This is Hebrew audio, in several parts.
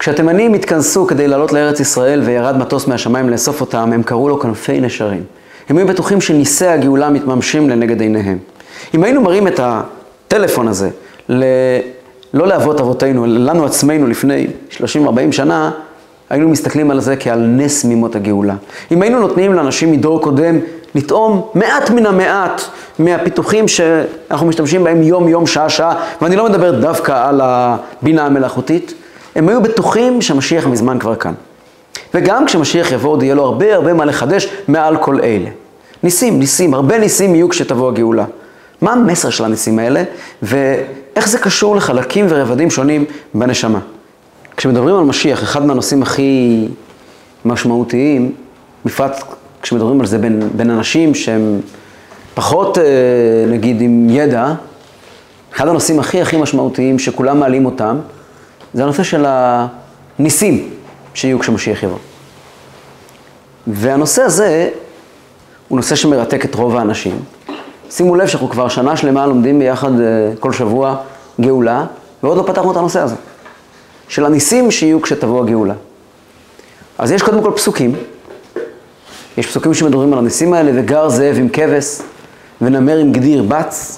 כשהתימנים התכנסו כדי לעלות לארץ ישראל וירד מטוס מהשמיים לאסוף אותם, הם קראו לו כנפי נשרים. הם היו בטוחים שניסי הגאולה מתממשים לנגד עיניהם. אם היינו מראים את הטלפון הזה, לא לאבות אבותינו, לנו עצמנו לפני 30-40 שנה, היינו מסתכלים על זה כעל נס ממות הגאולה. אם היינו נותנים לאנשים מדור קודם לטעום מעט מן המעט מהפיתוחים שאנחנו משתמשים בהם יום, שעה, ואני לא מדבר דווקא על הבינה המלאכותית, הם היו בטוחים שהמשיח מזמן כבר כאן. וגם כשמשיח יבוא עוד יהיה לו הרבה מה לחדש מעל כל אלה. ניסים, הרבה ניסים יהיו כשתבוא הגאולה. מה המסר של הניסים האלה, ואיך זה קשור לחלקים ורבדים שונים בנשמה? כשמדברים על משיח, אחד מהנושאים הכי משמעותיים, בפרט כשמדברים על זה בין אנשים שהם פחות, נגיד, עם ידע, אחד הנושאים הכי משמעותיים שכולם מעלים אותם, זה הנושא של הניסים שיהיו כשמשיח יבוא. והנושא הזה הוא נושא שמרתק את רוב האנשים. שימו לב שאנחנו כבר שנה שלמה לומדים ביחד כל שבוע גאולה, ועוד לא פתחנו את הנושא הזה, של הניסים שיהיו כשתבוא הגאולה. אז יש קודם כל פסוקים, יש פסוקים שמדברים על הניסים האלה, וגר זאב עם כבש, ונמר עם גדיר בץ.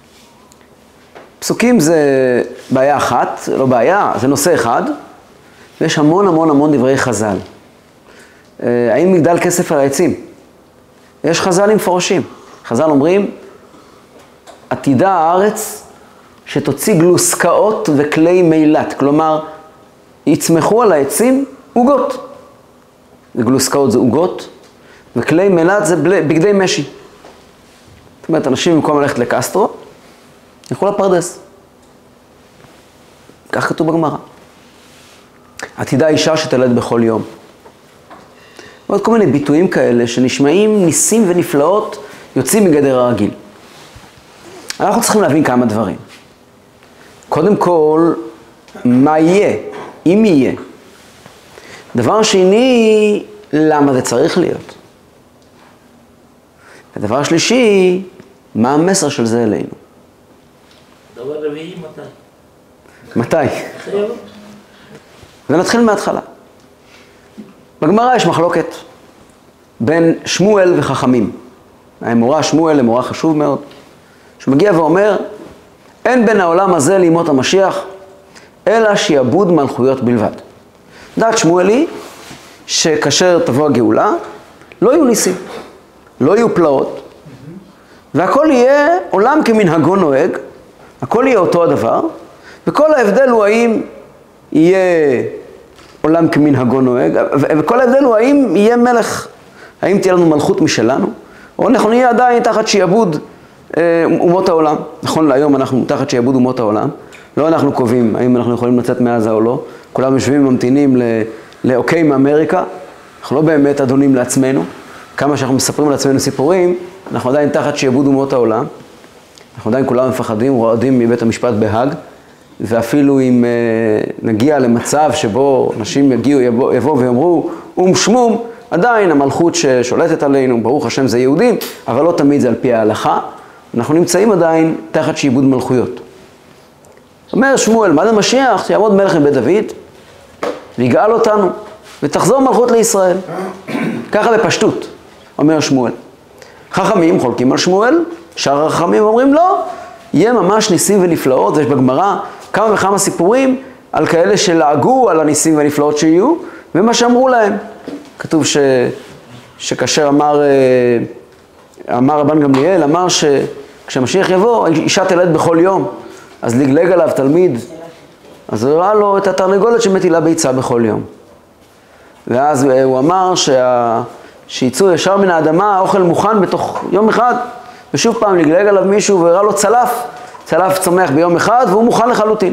פסוקים זה בעיה אחת, לא בעיה, זה נושא אחד, ויש המון דברי חז"ל. האם מגדל כסף על העצים? יש חז"לים מפורשים. חז"ל אומרים, עתידה הארץ שתוציא גלוסקאות וכלי מילת, כלומר, יצמחו על העצים עוגות. גלוסקאות זה עוגות, וכלי מילת זה בגדי משי. זאת אומרת, אנשים במקום ללכת לקסטרו, ילכו לפרדס. כך כתוב בגמרא. עתידה אישה שתלד בכל יום. ועוד כל מיני ביטויים כאלה שנשמעים ניסים ונפלאות יוצאים מגדר הרגיל. אנחנו צריכים להבין כמה דברים. קודם כל, מה יהיה? אם יהיה. דבר שני, למה זה צריך להיות? הדבר שלישי, מה המסר של זה אלינו? דבר רביעי, מתי? ונתחיל מההתחלה. בגמרא יש מחלוקת בין שמואל וחכמים. האמורה שמואל, אמורה חשוב מאוד, שמגיע ואומר, אין בין העולם הזה לימות המשיח, אלא שיעבוד מלכויות בלבד. דעת שמואל היא שכאשר תבוא הגאולה, לא יהיו ניסים, לא יהיו פלאות, והכל יהיה עולם כמנהגו נוהג, הכל יהיה אותו הדבר, וכל ההבדל הוא האם יהיה עולם כמנהגו נוהג, וכל ההבדל הוא האם יהיה מלך, האם תהיה לנו מלכות משלנו, או אנחנו נהיה עדיין תחת שיעבוד אומות העולם. נכון, להיום אנחנו תחת שיעבוד אומות העולם, לא אנחנו קובעים האם אנחנו יכולים לצאת מעזה או לא, כולם יושבים וממתינים לאוקיי מאמריקה, אנחנו לא באמת אדונים לעצמנו, כמה שאנחנו מספרים לעצמנו סיפורים, אנחנו עדיין תחת שיעבוד אומות העולם, אנחנו עדיין כולם מפחדים, רועדים מבית המשפט בהאג, ואפילו אם נגיע למצב שבו אנשים יבואו ויאמרו, שמום, עדיין המלכות ששולטת עלינו, ברוך השם זה יהודים, אבל לא תמיד זה על פי ההלכה, אנחנו נמצאים עדיין תחת שיעבוד מלכויות. אומר שמואל, מה זה משיח? שיעמוד מלך מבית דוד, ויגאל אותנו, ותחזור מלכות לישראל. ככה בפשטות, אומר שמואל. חכמים חולקים על שמואל, שאר החכמים אומרים לא, יהיה ממש ניסים ונפלאות, ויש בגמרא כמה וכמה סיפורים על כאלה שלעגו על הניסים והנפלאות שיהיו, ומה שאמרו להם. כתוב שכאשר אמר רבן גמליאל, אמר שכשמשיח יבוא, אישה תלד בכל יום, אז לגלג עליו תלמיד, אז הוא ראה לו את התרנגולת שמטילה ביצה בכל יום. ואז הוא אמר שיצאו ישר מן האדמה, האוכל מוכן בתוך יום אחד, ושוב פעם לגלג עליו מישהו וראה לו צלף צומח ביום אחד, והוא מוכן לחלוטין.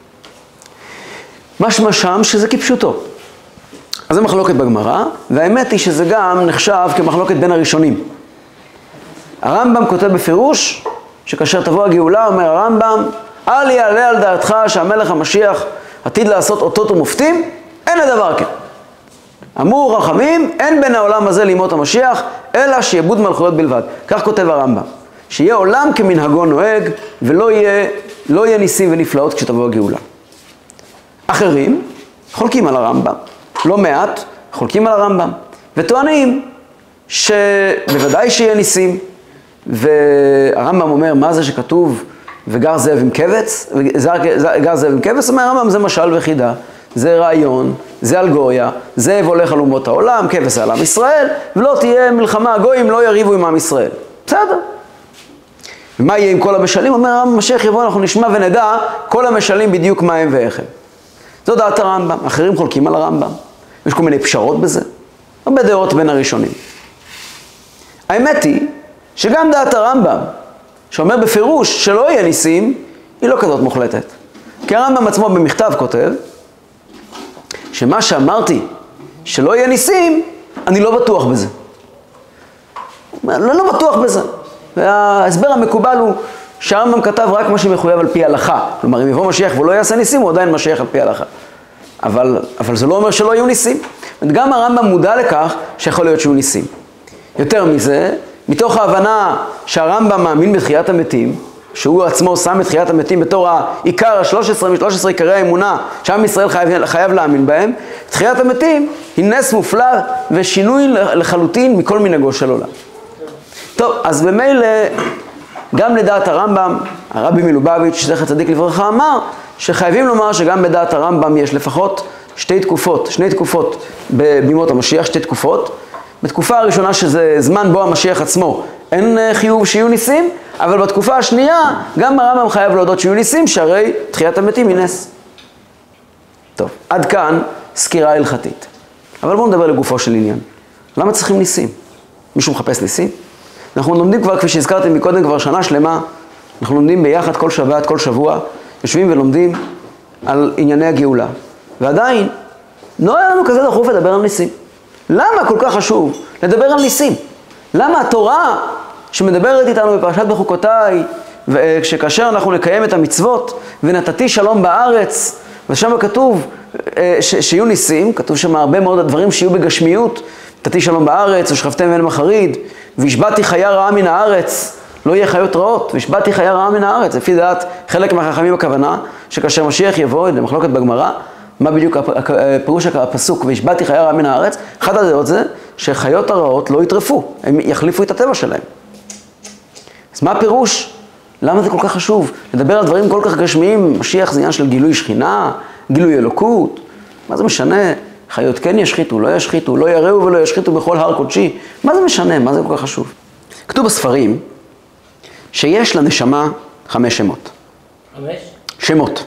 משמע שם שזה כפשוטו. אז זה מחלוקת בגמרא, והאמת היא שזה גם נחשב כמחלוקת בין הראשונים. הרמב"ם כותב בפירוש, שכאשר תבוא הגאולה, אומר הרמב"ם, אל יעלה על דעתך שהמלך המשיח עתיד לעשות אותות ומופתים, אין לדבר כן. אמרו חכמים, אין בין העולם הזה לימות המשיח, אלא שיעבוד מלכויות בלבד. כך כותב הרמב"ם, שיהיה עולם כמנהגו נוהג, ולא יהיה ניסים ונפלאות כשתבוא הגאולה. אחרים חולקים על הרמב"ם, לא מעט חולקים על הרמב"ם, וטוענים שבוודאי שיהיה ניסים, והרמב"ם אומר, מה זה שכתוב וגר זאב עם כבש? גר זאב עם כבש, אומר הרמב"ם, זה משל וחידה, זה רעיון, זה אלגוריה, זאב הולך על אומות העולם, כבש על עם ישראל, ולא תהיה מלחמה, הגויים לא יריבו עם עם ישראל. בסדר. ומה יהיה עם כל המשלים? אומר הרמב"ם, משיח יבוא, אנחנו נשמע ונדע כל המשלים בדיוק מה הם ואיך הם. זו דעת הרמב"ם, אחרים חולקים על הרמב"ם. יש כל מיני פשרות בזה, הרבה דעות בין הראשונים. האמת היא שגם דעת הרמב"ם, שאומר בפירוש שלא יהיה ניסים, היא לא כזאת מוחלטת. כי הרמב"ם עצמו במכתב כותב, שמה שאמרתי שלא יהיה ניסים, אני לא בטוח בזה. לא בטוח בזה. וההסבר המקובל הוא שהרמב"ם כתב רק מה שמחויב על פי הלכה. כלומר, אם יבוא משיח ולא יעשה ניסים, הוא עדיין משיח על פי הלכה. אבל זה לא אומר שלא יהיו ניסים. גם הרמב"ם מודע לכך שיכול להיות שיהיו ניסים. יותר מזה, מתוך ההבנה שהרמב"ם מאמין בתחיית המתים, שהוא עצמו שם את תחיית המתים בתור העיקר ה-13 מ-13 עיקרי האמונה, שעם ישראל חייב להאמין בהם, תחיית המתים היא נס מופלא ושינוי לחלוטין מכל מנהגו של עולם. טוב, אז במילא, גם לדעת הרמב"ם, הרבי מלובביץ' זכר צדיק לברכה אמר, שחייבים לומר שגם בדעת הרמב"ם יש לפחות שתי תקופות בימות המשיח, שתי תקופות. בתקופה הראשונה שזה זמן בו המשיח עצמו, אין חיוב שיהיו ניסים, אבל בתקופה השנייה גם הרמב"ם חייב להודות שיהיו ניסים, שהרי תחיית המתים היא נס. טוב, עד כאן סקירה הלכתית. אבל בואו נדבר לגופו של עניין. למה צריכים ניסים? מישהו מחפש ניסים? אנחנו לומדים כבר, כפי שהזכרתי מקודם, כבר שנה שלמה, אנחנו לומדים ביחד כל שבת, כל שבוע, יושבים ולומדים על ענייני הגאולה. ועדיין, לא היה לנו כזה דחוף לדבר על ניסים. למה כל כך חשוב לדבר על ניסים? למה התורה שמדברת איתנו בפרשת בחוקותיי, וכשכאשר אנחנו נקיים את המצוות, ונתתי שלום בארץ, ושם כתוב שיהיו ניסים, כתוב שם הרבה מאוד הדברים שיהיו בגשמיות, נתתי שלום בארץ, ושכבתם ואין מחריד, והשבעתי חיה רעה מן הארץ, לא יהיה חיות רעות, והשבעתי חיה רעה מן הארץ. לפי דעת חלק מהחכמים הכוונה, שכאשר משיח יבוא, למחלוקת בגמרא, מה בדיוק פירוש הפסוק, והשבעתי חיה רעה מן הארץ, אחד הדעות זה שחיות הרעות לא יטרפו, הם יחליפו את הטבע שלהם. אז מה הפירוש? למה זה כל כך חשוב? לדבר על דברים כל כך גשמיים, משיח זה עניין של גילוי שכינה, גילוי אלוקות, מה זה משנה? חיות כן ישחיתו, לא ישחיתו, לא יראו ולא ישחיתו בכל הר קודשי, מה זה משנה? מה זה כל כך חשוב? כתוב בספרים שיש לנשמה 5 שמות. 5? שמות.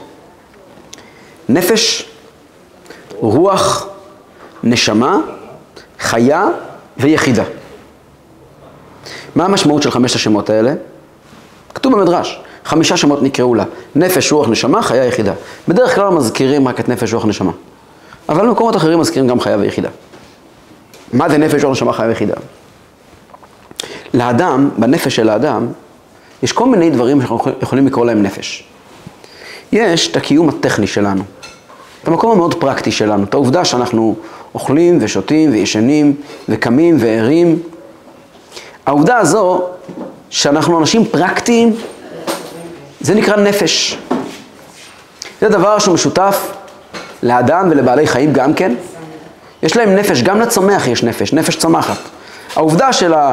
נפש, רוח, נשמה, חיה ויחידה. מה המשמעות של 5 השמות האלה? כתוב במדרש, 5 שמות נקראו לה. נפש, רוח, נשמה, חיה, יחידה. בדרך כלל מזכירים רק את נפש, רוח, נשמה. אבל במקומות אחרים מזכירים גם חיה ויחידה. מה זה נפש, רוח, נשמה, חיה ויחידה? לאדם, בנפש של האדם, יש כל מיני דברים שאנחנו יכולים לקרוא להם נפש. יש את הקיום הטכני שלנו, את המקום המאוד פרקטי שלנו, את העובדה שאנחנו אוכלים ושותים וישנים וקמים וערים. העובדה הזו שאנחנו אנשים פרקטיים, זה נקרא נפש. זה דבר שהוא משותף לאדם ולבעלי חיים גם כן. יש להם נפש, גם לצומח יש נפש, נפש צומחת. העובדה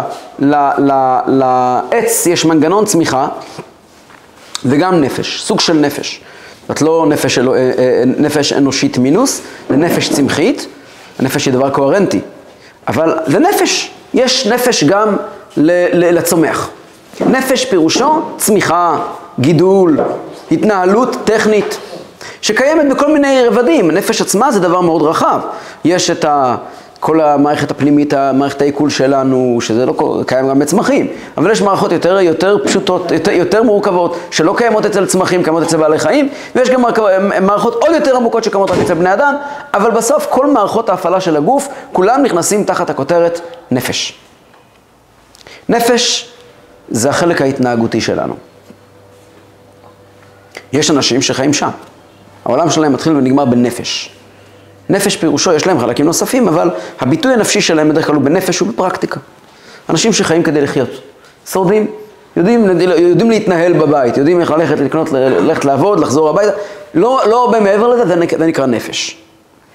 לעץ יש מנגנון צמיחה וגם נפש, סוג של נפש. זאת לא נפש אנושית מינוס, זה נפש צמחית, הנפש היא דבר קוהרנטי. אבל לנפש, יש נפש גם לצומח. נפש פירושו צמיחה, גידול, התנהלות טכנית, שקיימת בכל מיני רבדים. הנפש עצמה זה דבר מאוד רחב. יש את כל המערכת הפנימית, המערכת העיכול שלנו, שזה לא קיים גם בצמחים. אבל יש מערכות יותר פשוטות, יותר מורכבות, שלא קיימות אצל צמחים, קיימות אצל בעלי חיים, ויש גם מערכות עוד יותר עמוקות שקיימות רק אצל בני אדם, אבל בסוף כל מערכות ההפעלה של הגוף, כולם נכנסים תחת הכותרת נפש. נפש זה החלק ההתנהגותי שלנו. יש אנשים שחיים שם. העולם שלהם מתחיל ונגמר בנפש. נפש פירושו, יש להם חלקים נוספים, אבל הביטוי הנפשי שלהם בדרך כלל הוא בנפש ובפרקטיקה. אנשים שחיים כדי לחיות, שורדים, יודעים להתנהל בבית, יודעים איך ללכת לקנות, ללכת לעבוד, לחזור הביתה, לא הרבה מעבר לזה, זה נקרא נפש.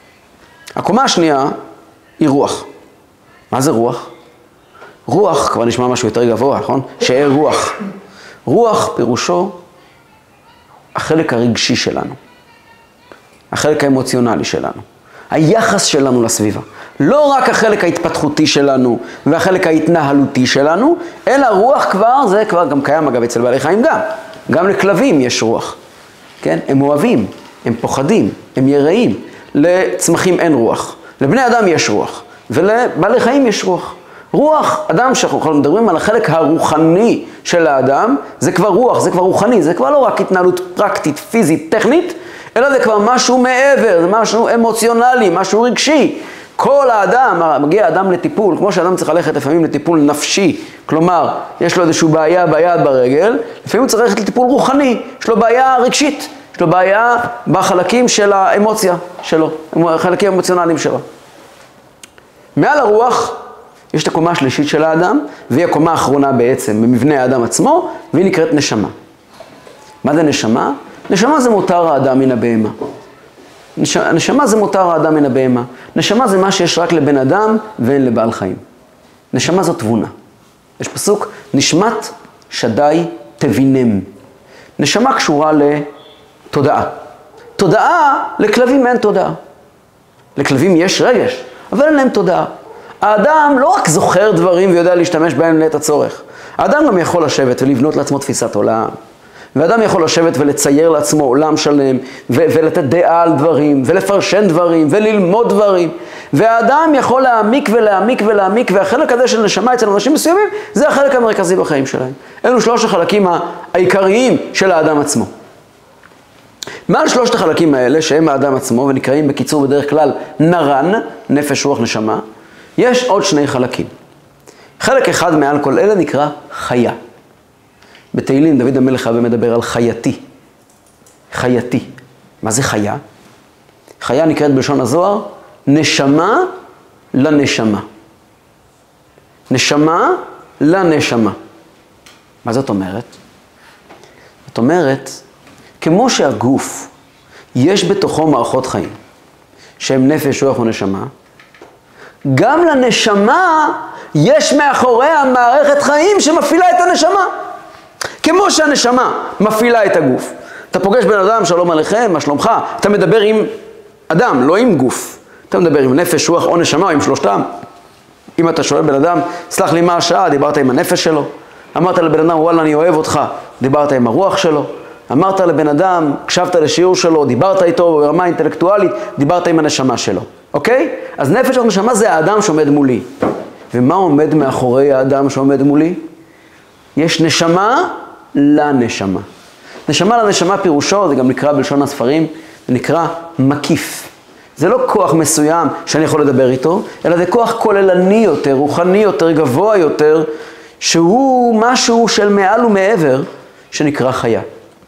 הקומה השנייה היא רוח. מה זה רוח? רוח כבר נשמע משהו יותר גבוה, נכון? שאר רוח. רוח פירושו החלק הרגשי שלנו, החלק האמוציונלי שלנו, היחס שלנו לסביבה. לא רק החלק ההתפתחותי שלנו והחלק ההתנהלותי שלנו, אלא רוח כבר, זה כבר גם קיים אגב אצל בעלי חיים גם לכלבים יש רוח. כן? הם אוהבים, הם פוחדים, הם יראים. לצמחים אין רוח. לבני אדם יש רוח, ולבעלי חיים יש רוח. רוח, אדם שאנחנו מדברים על החלק הרוחני של האדם, זה כבר רוח, זה כבר רוחני, זה כבר לא רק התנהלות פרקטית, פיזית, טכנית, אלא זה כבר משהו מעבר, זה משהו אמוציונלי, משהו רגשי. כל האדם, מגיע האדם לטיפול, כמו שאדם צריך ללכת לפעמים לטיפול נפשי, כלומר, יש לו איזושהי בעיה ביד ברגל, לפעמים הוא צריך ללכת לטיפול רוחני, יש לו בעיה רגשית, יש לו בעיה בחלקים של האמוציה שלו, החלקים האמוציונליים שלו. מעל הרוח, יש את הקומה השלישית של האדם, והיא הקומה האחרונה בעצם במבנה האדם עצמו, והיא נקראת נשמה. מה זה נשמה? נשמה זה מותר האדם מן הבהמה. נשמה זה מותר האדם מן הבהמה. נשמה זה מה שיש רק לבן אדם ואין לבעל חיים. נשמה זו תבונה. יש פסוק, נשמת שדי תבינם. נשמה קשורה לתודעה. תודעה, לכלבים אין תודעה. לכלבים יש רגש, אבל אין להם תודעה. האדם לא רק זוכר דברים ויודע להשתמש בהם לעת הצורך. האדם גם יכול לשבת ולבנות לעצמו תפיסת עולם. ואדם יכול לשבת ולצייר לעצמו עולם שלם, ולתת דעה על דברים, ולפרשן דברים, וללמוד דברים. והאדם יכול להעמיק ולהעמיק ולהעמיק, והחלק הזה של נשמה אצל אנשים מסוימים, זה החלק המרכזי בחיים שלהם. אלו שלוש החלקים העיקריים של האדם עצמו. מעל שלושת החלקים האלה, שהם האדם עצמו, ונקראים בקיצור בדרך כלל נרן, נפש, רוח, נשמה, יש עוד שני חלקים. חלק אחד מעל כל אלה נקרא חיה. בתהילים דוד המלך הרבה מדבר על חייתי. חייתי. מה זה חיה? חיה נקראת בלשון הזוהר, נשמה לנשמה. נשמה לנשמה. מה זאת אומרת? זאת אומרת, כמו שהגוף יש בתוכו מערכות חיים, שהם נפש, רוח ונשמה, גם לנשמה יש מאחוריה מערכת חיים שמפעילה את הנשמה. כמו שהנשמה מפעילה את הגוף. אתה פוגש בן אדם, שלום עליכם, מה שלומך? אתה מדבר עם אדם, לא עם גוף. אתה מדבר עם נפש, רוח או נשמה, או עם שלושתם. אם אתה שואל בן אדם, סלח לי מה השעה, דיברת עם הנפש שלו. אמרת לבן אדם, וואלה אני אוהב אותך, דיברת עם הרוח שלו. אמרת לבן אדם, הקשבת לשיעור שלו, דיברת איתו ברמה אינטלקטואלית, דיברת עם הנשמה שלו. אוקיי? אז נפש או נשמה זה האדם שעומד מולי. ומה עומד מאחורי האדם שעומד מולי? יש נשמה לנשמה. נשמה לנשמה פירושו, זה גם נקרא בלשון הספרים, זה נקרא מקיף. זה לא כוח מסוים שאני יכול לדבר איתו, אלא זה כוח כוללני יותר, רוחני יותר, גבוה יותר, שהוא משהו של מעל ומעבר, שנקרא חיה.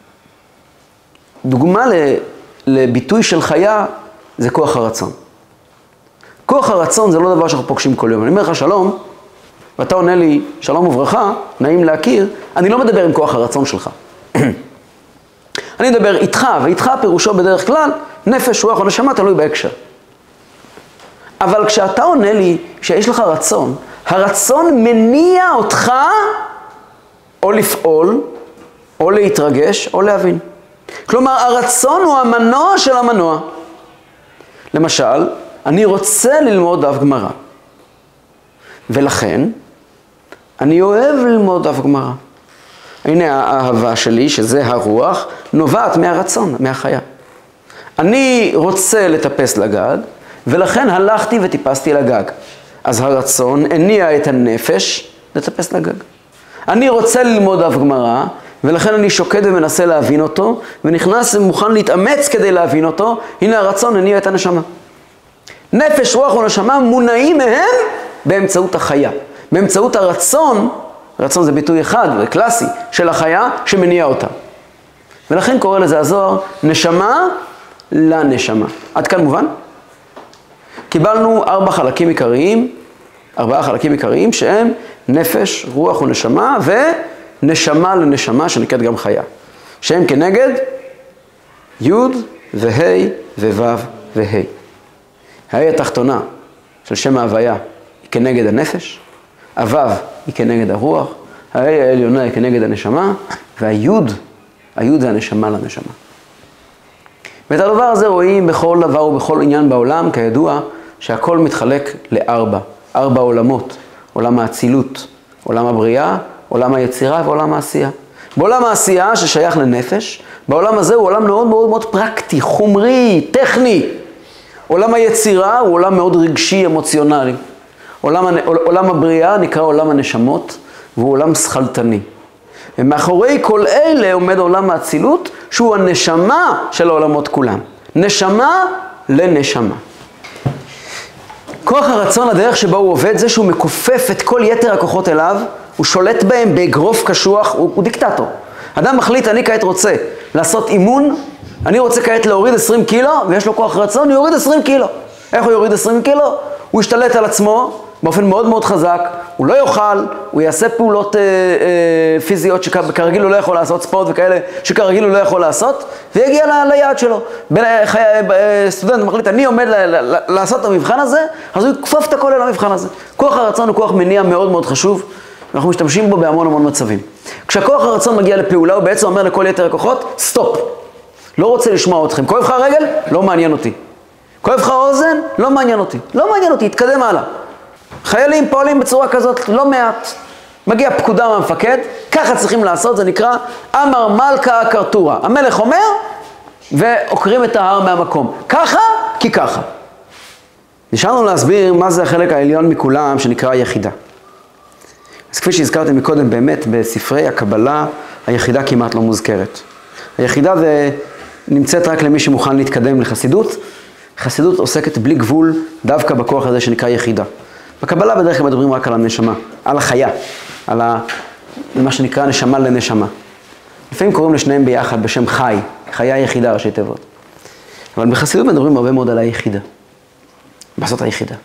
דוגמה לביטוי של חיה, זה כוח הרצון. כוח הרצון זה לא דבר שאנחנו פוגשים כל יום. אני אומר לך שלום, ואתה עונה לי, שלום וברכה, נעים להכיר, אני לא מדבר עם כוח הרצון שלך. אני מדבר איתך, ואיתך פירושו בדרך כלל, נפש, רוח או נשמה, תלוי בהקשר. אבל כשאתה עונה לי שיש לך רצון, הרצון מניע אותך או לפעול, או להתרגש, או להבין. כלומר, הרצון הוא המנוע של המנוע. למשל, אני רוצה ללמוד דף גמרא. ולכן, אני אוהב ללמוד דף גמרא. הנה האהבה שלי, שזה הרוח, נובעת מהרצון, מהחיה. אני רוצה לטפס לגג, ולכן הלכתי וטיפסתי לגג. אז הרצון הניע את הנפש לטפס לגג. אני רוצה ללמוד דף גמרא, ולכן אני שוקד ומנסה להבין אותו, ונכנס ומוכן להתאמץ כדי להבין אותו, הנה הרצון הניע את הנשמה. נפש, רוח ונשמה מונעים מהם באמצעות החיה. באמצעות הרצון, רצון זה ביטוי אחד וקלאסי של החיה שמניע אותה. ולכן קורא לזה הזוהר, נשמה לנשמה. עד כאן מובן? קיבלנו 4 חלקים עיקריים שהם נפש, רוח ונשמה ונשמה לנשמה שנקראת גם חיה. שהם כנגד י' וה' וו' וה'. ההא התחתונה של שם ההוויה היא כנגד הנפש, הוו היא כנגד הרוח, ההא העליונה היא כנגד הנשמה, והיוד זה הנשמה לנשמה. ואת הדבר הזה רואים בכל דבר ובכל עניין בעולם, כידוע שהכל מתחלק ארבע עולמות, עולם האצילות, עולם הבריאה, עולם היצירה ועולם העשייה. בעולם העשייה ששייך לנפש, בעולם הזה הוא עולם מאוד מאוד מאוד פרקטי, חומרי, טכני. עולם היצירה הוא עולם מאוד רגשי, אמוציונלי. עולם הבריאה נקרא עולם הנשמות, והוא עולם שכלתני. ומאחורי כל אלה עומד עולם האצילות, שהוא הנשמה של העולמות כולם. נשמה לנשמה. כוח הרצון, הדרך שבה הוא עובד, זה שהוא מכופף את כל יתר הכוחות אליו, הוא שולט בהם באגרוף קשוח, הוא דיקטטור. אדם מחליט, אני כעת רוצה לעשות אימון, אני רוצה כעת להוריד 20 קילו, ויש לו כוח רצון, הוא יוריד 20 קילו. איך הוא יוריד 20 קילו? הוא ישתלט על עצמו באופן מאוד מאוד חזק, הוא לא יאכל, הוא יעשה פעולות פיזיות שכרגיל הוא לא יכול לעשות, ספורט וכאלה שכרגיל הוא לא יכול לעשות, ויגיע ליעד שלו. סטודנט מחליט, אני עומד לעשות את המבחן הזה, אז הוא יכפוף את הכל אל המבחן הזה. כוח הרצון הוא כוח מניע מאוד מאוד חשוב, ואנחנו משתמשים בו בהמון המון מצבים. כשהכוח הרצון מגיע לפעולה, הוא בעצם אומר לכל יתר הכוחות, סטופ. לא רוצה לשמוע אתכם. כואב לך הרגל? לא מעניין אותי. כואב לך האוזן? לא מעניין אותי. לא מעניין אותי, התקדם הלאה. חיילים פועלים בצורה כזאת לא מעט. מגיע פקודה מהמפקד, ככה צריכים לעשות, זה נקרא אמר מלכה קרטורה. המלך אומר, ועוקרים את ההר מהמקום. ככה, כי ככה. נשארנו להסביר מה זה החלק העליון מכולם, שנקרא היחידה. אז כפי שהזכרתי מקודם, באמת בספרי הקבלה, היחידה כמעט לא מוזכרת. היחידה זה נמצאת רק למי שמוכן להתקדם לחסידות. חסידות עוסקת בלי גבול דווקא בכוח הזה שנקרא יחידה. בקבלה בדרך כלל מדברים רק על הנשמה, על החיה, על מה שנקרא נשמה לנשמה. לפעמים קוראים לשניהם ביחד בשם חי, חיה יחידה ראשי תיבות. אבל בחסידות מדברים הרבה מאוד על היחידה. מה זאת היחידה?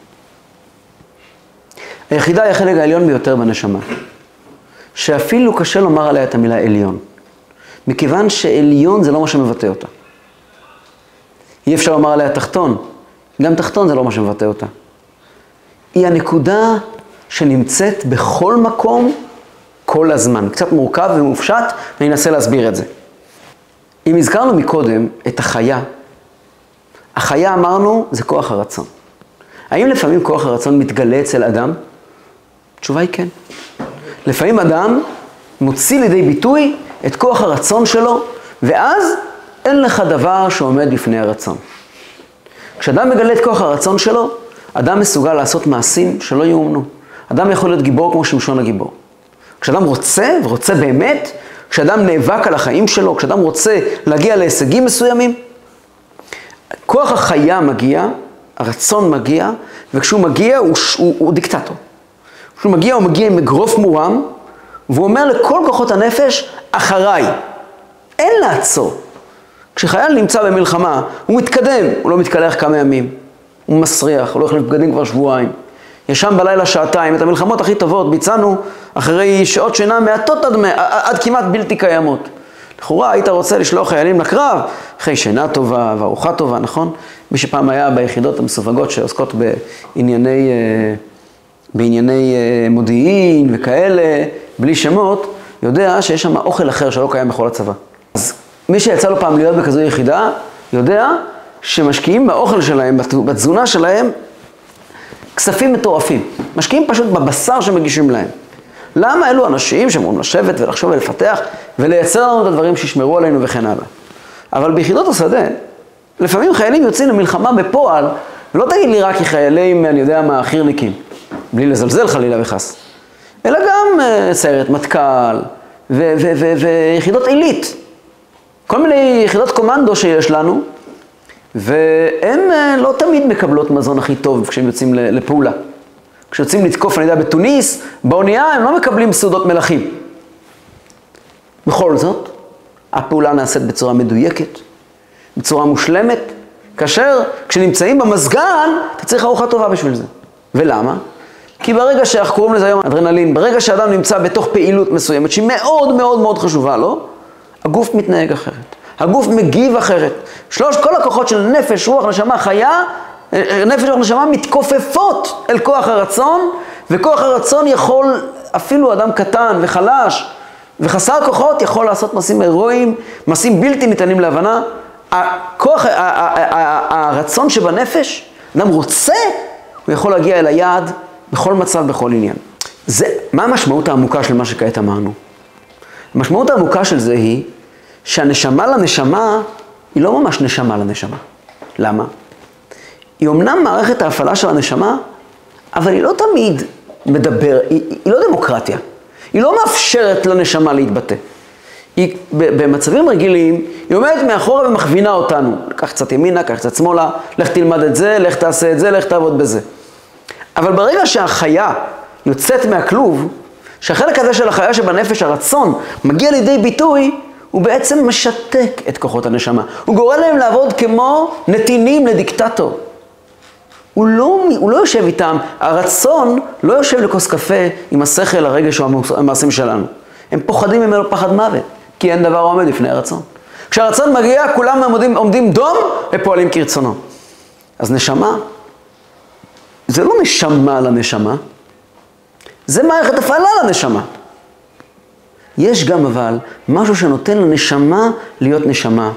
היחידה היא החלק העליון ביותר בנשמה, שאפילו קשה לומר עליה את המילה עליון, מכיוון שעליון זה לא מה שמבטא אותה. אי אפשר לומר עליה תחתון, גם תחתון זה לא מה שמבטא אותה. היא הנקודה שנמצאת בכל מקום, כל הזמן. קצת מורכב ומופשט, ואני אנסה להסביר את זה. אם הזכרנו מקודם את החיה, החיה אמרנו זה כוח הרצון. האם לפעמים כוח הרצון מתגלה אצל אדם? התשובה היא כן. לפעמים אדם מוציא לידי ביטוי את כוח הרצון שלו, ואז אין לך דבר שעומד בפני הרצון. כשאדם מגלה את כוח הרצון שלו, אדם מסוגל לעשות מעשים שלא יאומנו. אדם יכול להיות גיבור כמו שמשון הגיבור. כשאדם רוצה, ורוצה באמת, כשאדם נאבק על החיים שלו, כשאדם רוצה להגיע להישגים מסוימים, כוח החיה מגיע, הרצון מגיע, וכשהוא מגיע הוא דיקטטור. כשהוא מגיע הוא מגיע עם אגרוף מורם, והוא אומר לכל כוחות הנפש, אחריי. אין לעצור. כשחייל נמצא במלחמה, הוא מתקדם, הוא לא מתקלח כמה ימים. הוא מסריח, הוא לא יכול לבגדים כבר שבועיים. ישן בלילה שעתיים, את המלחמות הכי טובות ביצענו אחרי שעות שינה מעטות עד כמעט בלתי קיימות. לכאורה היית רוצה לשלוח חיילים לקרב, אחרי שינה טובה וארוחה טובה, נכון? מי שפעם היה ביחידות המסווגות שעוסקות בענייני מודיעין וכאלה, בלי שמות, יודע שיש שם אוכל אחר שלא קיים בכל הצבא. אז מי שיצא לו פעם להיות בכזו יחידה, יודע שמשקיעים באוכל שלהם, בתזונה שלהם, כספים מטורפים. משקיעים פשוט בבשר שמגישים להם. למה אלו אנשים שאמורים לשבת ולחשוב ולפתח ולייצר לנו את הדברים שישמרו עלינו וכן הלאה. אבל ביחידות השדה, לפעמים חיילים יוצאים למלחמה בפועל, ולא תגיד לי רק כי חיילים, אני יודע מה, חירניקים, בלי לזלזל חלילה וחס, אלא גם סיירת מטכ"ל ויחידות עילית. כל מיני יחידות קומנדו שיש לנו, והן לא תמיד מקבלות מזון הכי טוב כשהם יוצאים לפעולה. כשיוצאים לתקוף, אני יודע, בתוניס, באונייה הם לא מקבלים סעודות מלכים. בכל זאת, הפעולה נעשית בצורה מדויקת, בצורה מושלמת, כאשר כשנמצאים במסגן, אתה צריך ארוחה טובה בשביל זה. ולמה? כי ברגע שאנחנו קוראים לזה היום אדרנלין, ברגע שאדם נמצא בתוך פעילות מסוימת שהיא מאוד מאוד מאוד חשובה לו, הגוף מתנהג אחרת. הגוף מגיב אחרת. כל הכוחות של נפש, רוח, נשמה, חיה, נפש והנשמה מתכופפות אל כוח הרצון, וכוח הרצון יכול, אפילו אדם קטן וחלש וחסר כוחות, יכול לעשות מעשים הירואיים, מעשים בלתי ניתנים להבנה. הכוח, הרצון שבנפש, אדם רוצה, הוא יכול להגיע אל היעד בכל מצב, בכל עניין. מה המשמעות העמוקה של מה שכעת אמרנו? המשמעות העמוקה של זה היא שהנשמה לנשמה היא לא ממש נשמה לנשמה. למה? היא אומנם מערכת ההפעלה של הנשמה, אבל היא לא תמיד מדבר, היא לא דמוקרטיה. היא לא מאפשרת לנשמה להתבטא. היא, במצבים רגילים, היא עומדת מאחורה ומכווינה אותנו. קח קצת ימינה, קח קצת שמאלה, לך תלמד את זה, לך תעשה את זה, לך תעבוד בזה. אבל ברגע שהחיה יוצאת מהכלוב, שהחלק הזה של החיה שבנפש, הרצון, מגיע לידי ביטוי, הוא בעצם משתק את כוחות הנשמה. הוא גורם להם לעבוד כמו נתינים לדיקטטור. הוא לא יושב איתם, הרצון לא יושב לכוס קפה עם השכל, הרגש או המעשים שלנו. הם פוחדים ממנו פחד מוות, כי אין דבר עומד לפני הרצון. כשהרצון מגיע, כולם עומדים דום ופועלים כרצונו. אז נשמה, זה לא נשמה לנשמה, זה מערכת הפעלה לנשמה. יש גם אבל משהו שנותן לנשמה להיות נשמה,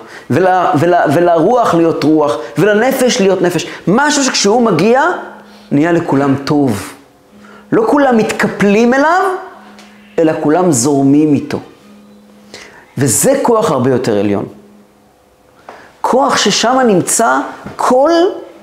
ולרוח להיות רוח, ולנפש להיות נפש. משהו שכשהוא מגיע, נהיה לכולם טוב. לא כולם מתקפלים אליו, אלא כולם זורמים איתו. וזה כוח הרבה יותר עליון. כוח ששם נמצא כל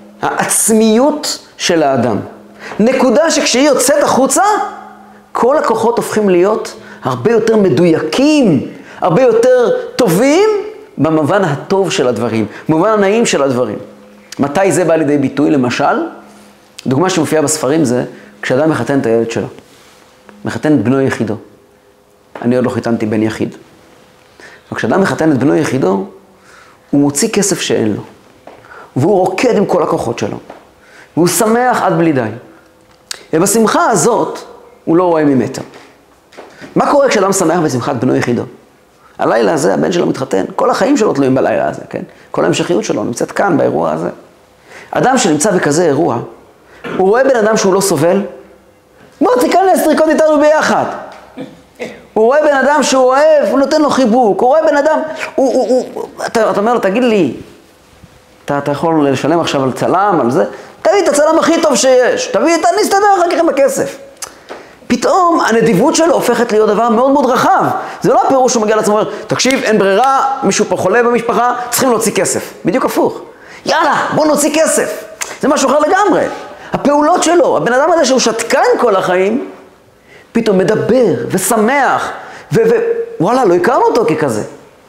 העצמיות של האדם. נקודה שכשהיא יוצאת החוצה, כל הכוחות הופכים להיות הרבה יותר מדויקים, הרבה יותר טובים, במובן הטוב של הדברים, במובן הנעים של הדברים. מתי זה בא לידי ביטוי? למשל, דוגמה שמופיעה בספרים זה, כשאדם מחתן את הילד שלו, מחתן את בנו יחידו. אני עוד לא חיתנתי בן יחיד. וכשאדם מחתן את בנו יחידו, הוא מוציא כסף שאין לו. והוא רוקד עם כל הכוחות שלו. והוא שמח עד בלי די. ובשמחה הזאת, הוא לא רואה ממטר. מה קורה כשאדם שמח בשמחת בנו יחידו? הלילה הזה הבן שלו מתחתן, כל החיים שלו תלויים בלילה הזה, כן? כל ההמשכיות שלו נמצאת כאן, באירוע הזה. אדם שנמצא בכזה אירוע, הוא רואה בן אדם שהוא לא סובל, בוא תיכנס תרקוד איתנו ביחד. הוא רואה בן אדם שהוא אוהב, הוא נותן לו חיבוק, הוא רואה בן אדם, אתה אומר לו, תגיד לי, אתה יכול לשלם עכשיו על צלם, על זה? תביא את הצלם הכי טוב שיש, נסתדר אחר כך עם הכסף. פתאום הנדיבות שלו הופכת להיות דבר מאוד מאוד רחב. זה לא הפירוש שהוא מגיע לעצמו ואומר, תקשיב, אין ברירה, מישהו פה חולה במשפחה, צריכים להוציא כסף. בדיוק הפוך. יאללה, בוא נוציא כסף. זה משהו אחר לגמרי. הפעולות שלו, הבן אדם הזה שהוא שתקן כל החיים, פתאום מדבר ושמח, ווואלה, לא הכרנו אותו ככזה.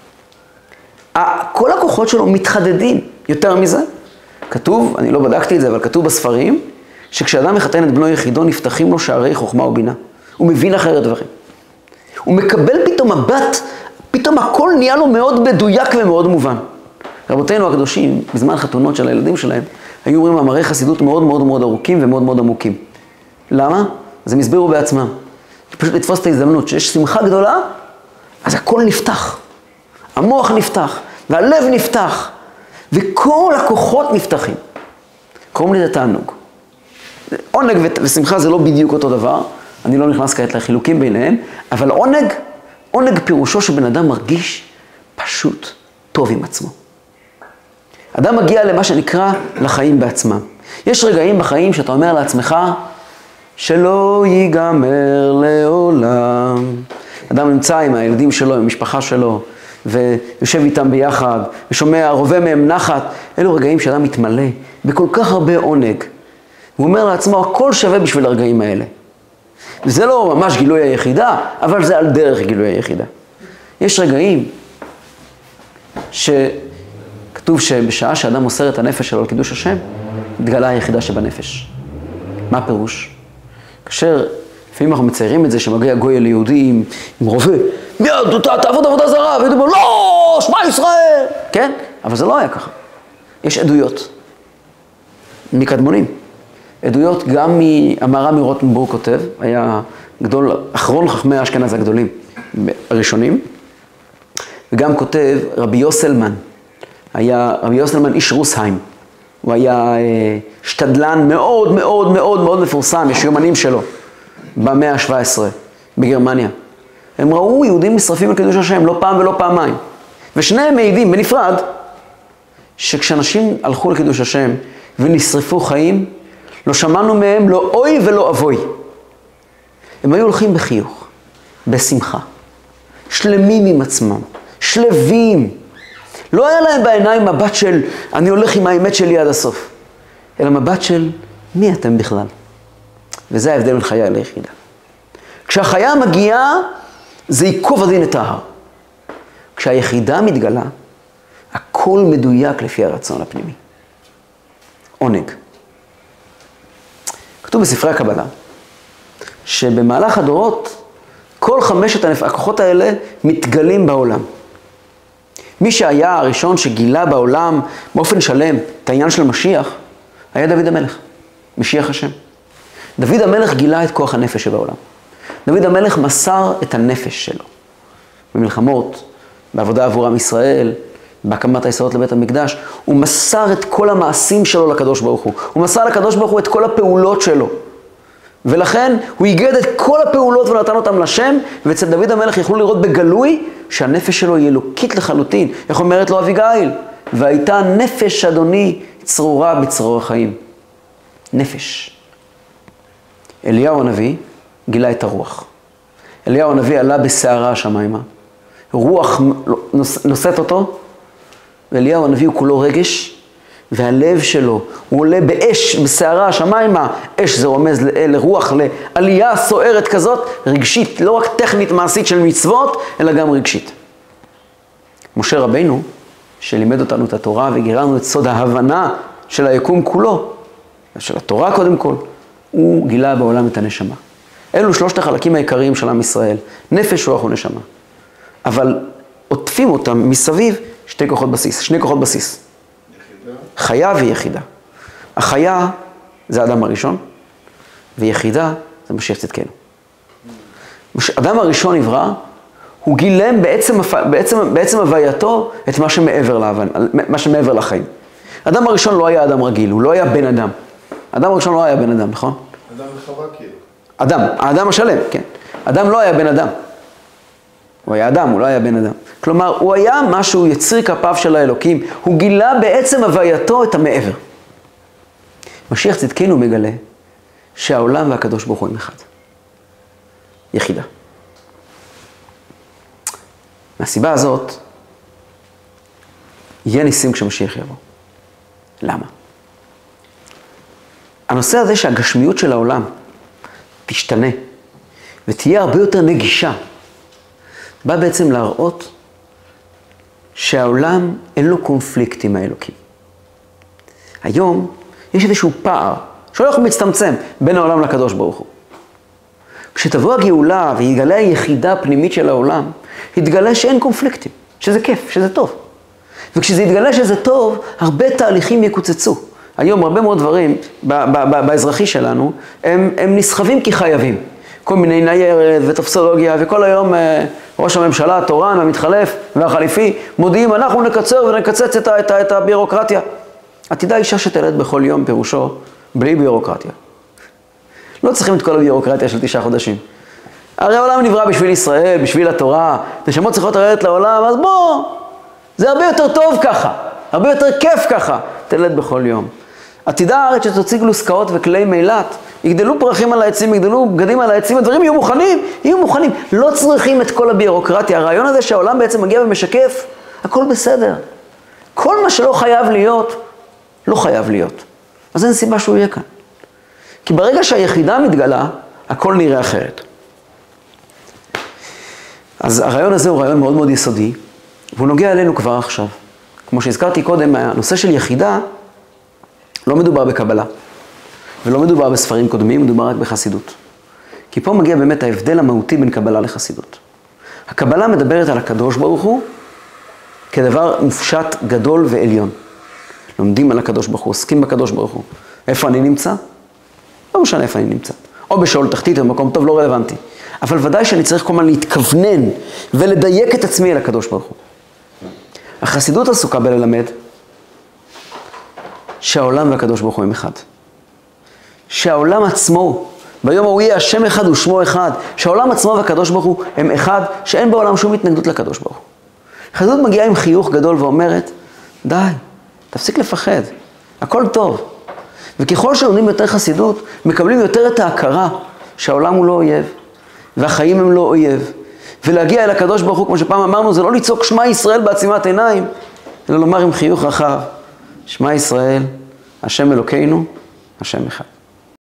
כל הכוחות שלו מתחדדים. יותר מזה, כתוב, אני לא בדקתי את זה, אבל כתוב בספרים, שכשאדם מחתן את בנו יחידו, נפתחים לו שערי חוכמה ובינה. הוא מבין אחרת דברים. הוא מקבל פתאום מבט, פתאום הכל נהיה לו מאוד מדויק ומאוד מובן. רבותינו הקדושים, בזמן חתונות של הילדים שלהם, היו אומרים מאמרי חסידות מאוד מאוד מאוד ארוכים ומאוד מאוד עמוקים. למה? אז הם הסבירו בעצמם. פשוט לתפוס את ההזדמנות, שיש שמחה גדולה, אז הכל נפתח. המוח נפתח, והלב נפתח, וכל הכוחות נפתחים. קוראים לזה תענוג. עונג ושמחה זה לא בדיוק אותו דבר, אני לא נכנס כעת לחילוקים ביניהם, אבל עונג פירושו שבן אדם מרגיש פשוט טוב עם עצמו. אדם מגיע למה שנקרא לחיים בעצמם. יש רגעים בחיים שאתה אומר לעצמך, שלא ייגמר לעולם. אדם נמצא עם הילדים שלו, עם המשפחה שלו, ויושב איתם ביחד, ושומע, רובה מהם נחת. אלו רגעים שאדם מתמלא בכל כך הרבה עונג. הוא אומר לעצמו, הכל שווה בשביל הרגעים האלה. וזה לא ממש גילוי היחידה, אבל זה על דרך גילוי היחידה. יש רגעים שכתוב שבשעה שאדם מוסר את הנפש שלו על קידוש השם, התגלה היחידה שבנפש. מה הפירוש? כאשר לפעמים אנחנו מציירים את זה שמגיע גוי אל יהודי עם רובה, מיד, תעבוד עבודה זרה, והוא אומר, לא, שמע ישראל! כן? אבל זה לא היה ככה. יש עדויות מקדמונים. עדויות גם מהמהר"ם מרוטנבורג כותב, היה גדול, אחרון חכמי האשכנז הגדולים הראשונים, וגם כותב רבי יוסלמן, היה רבי יוסלמן איש רוסהיים, הוא היה שתדלן מאוד מאוד מאוד מאוד מפורסם, יש יומנים שלו, במאה ה-17, בגרמניה. הם ראו יהודים נשרפים על קידוש השם, לא פעם ולא פעמיים. ושניהם מעידים בנפרד, שכשאנשים הלכו לקידוש השם ונשרפו חיים, לא שמענו מהם לא אוי ולא אבוי. הם היו הולכים בחיוך, בשמחה, שלמים עם עצמם, שלבים. לא היה להם בעיניים מבט של אני הולך עם האמת שלי עד הסוף, אלא מבט של מי אתם בכלל. וזה ההבדל בין חיה ליחידה. כשהחיה מגיעה, זה ייקוב הדין את ההר. כשהיחידה מתגלה, הכל מדויק לפי הרצון הפנימי. עונג. כתוב בספרי הקבלה, שבמהלך הדורות, כל חמשת הכוחות האלה מתגלים בעולם. מי שהיה הראשון שגילה בעולם באופן שלם את העניין של משיח, היה דוד המלך, משיח השם. דוד המלך גילה את כוח הנפש שבעולם. דוד המלך מסר את הנפש שלו. במלחמות, בעבודה עבור עם ישראל, בהקמת היסודות לבית המקדש, הוא מסר את כל המעשים שלו לקדוש ברוך הוא. הוא מסר לקדוש ברוך הוא את כל הפעולות שלו. ולכן הוא היגד את כל הפעולות ונתן אותם לשם, ואצל דוד המלך יכלו לראות בגלוי שהנפש שלו היא אלוקית לחלוטין. איך אומרת לו אביגיל? והייתה נפש אדוני צרורה בצרור החיים. נפש. אליהו הנביא גילה את הרוח. אליהו הנביא עלה בסערה השמיימה. רוח נושאת אותו, ואליהו הנביא הוא כולו רגש, והלב שלו הוא עולה באש, בסערה השמיימה. אש זה רומז לרוח, לעלייה סוערת כזאת, רגשית, לא רק טכנית מעשית של מצוות, אלא גם רגשית. משה רבינו, שלימד אותנו את התורה וגילה לנו את סוד ההבנה של היקום כולו, של התורה קודם כל, הוא גילה בעולם את הנשמה. אלו שלושת החלקים העיקריים של עם ישראל, נפש, רוח ונשמה. אבל עוטפים אותם מסביב שני כוחות בסיס. חיה ויחידה. החיה זה האדם הראשון, ויחידה זה משיח צדקנו. האדם הראשון נברא, הוא גילם בעצם הווייתו את מה שמעבר לחיים. האדם הראשון לא היה אדם רגיל, הוא לא היה בן אדם. האדם הראשון לא היה בן אדם, נכון? אדם וחווה כאילו. האדם השלם, כן. אדם לא היה בן אדם. הוא היה אדם, הוא לא היה בן אדם. כלומר, הוא היה משהו יציר כפיו של האלוקים, הוא גילה בעצם הווייתו את המעבר. משיח צדקנו מגלה שהעולם והקדוש ברוך הוא הם אחד. יחידה. מהסיבה הזאת, יהיה ניסים כשמשיח יבוא. למה? הנושא הזה שהגשמיות של העולם תשתנה ותהיה הרבה יותר נגישה, בא בעצם להראות שהעולם אין לו קונפליקט עם האלוקים. היום יש איזשהו פער שהולך ומצטמצם בין העולם לקדוש ברוך הוא. כשתבוא הגאולה ויגלה היחידה הפנימית של העולם, יתגלה שאין קונפליקטים, שזה כיף, שזה טוב. וכשזה יתגלה שזה טוב, הרבה תהליכים יקוצצו. היום הרבה מאוד דברים באזרחי שלנו, הם נסחבים כי חייבים. כל מיני ניירת וטופסולוגיה, וכל היום ראש הממשלה, התורן, המתחלף והחליפי, מודיעים, אנחנו נקצר ונקצץ את הבירוקרטיה. עתידה אישה שתלד בכל יום פירושו, בלי בירוקרטיה. לא צריכים את כל הבירוקרטיה של 9 חודשים. הרי העולם נברא בשביל ישראל, בשביל התורה, נשמות צריכות לרדת לעולם, אז בוא, זה הרבה יותר טוב ככה, הרבה יותר כיף ככה, תלד בכל יום. עתידה הארץ שתוציא גלוסקאות וכלי מילת, יגדלו פרחים על העצים, יגדלו בגדים על העצים, הדברים יהיו מוכנים. לא צריכים את כל הבירוקרטיה. הרעיון הזה שהעולם בעצם מגיע ומשקף, הכל בסדר. כל מה שלא חייב להיות, לא חייב להיות. אז אין סיבה שהוא יהיה כאן. כי ברגע שהיחידה מתגלה, הכל נראה אחרת. אז הרעיון הזה הוא רעיון מאוד מאוד יסודי, והוא נוגע אלינו כבר עכשיו. כמו שהזכרתי קודם, הנושא של יחידה, לא מדובר בקבלה, ולא מדובר בספרים קודמים, מדובר רק בחסידות. כי פה מגיע באמת ההבדל המהותי בין קבלה לחסידות. הקבלה מדברת על הקדוש ברוך הוא כדבר מופשט גדול ועליון. לומדים על הקדוש ברוך הוא, עוסקים בקדוש ברוך הוא. איפה אני נמצא? לא משנה איפה אני נמצא. או בשאול תחתית, או במקום טוב, לא רלוונטי. אבל ודאי שאני צריך כל הזמן להתכוונן ולדייק את עצמי אל הקדוש ברוך הוא. החסידות עסוקה בללמד שהעולם והקדוש ברוך הוא הם אחד. שהעולם עצמו, ביום ההוא יהיה השם אחד ושמו אחד, שהעולם עצמו והקדוש ברוך הוא הם אחד, שאין בעולם שום התנגדות לקדוש ברוך הוא. חסידות מגיעה עם חיוך גדול ואומרת, די, תפסיק לפחד, הכל טוב. וככל שלומדים יותר חסידות, מקבלים יותר את ההכרה שהעולם הוא לא אויב, והחיים הם לא אויב. ולהגיע אל הקדוש ברוך הוא, כמו שפעם אמרנו, זה לא לצעוק שמע ישראל בעצימת עיניים, אלא לומר עם חיוך רחב, שמע ישראל, השם אלוקינו, השם אחד.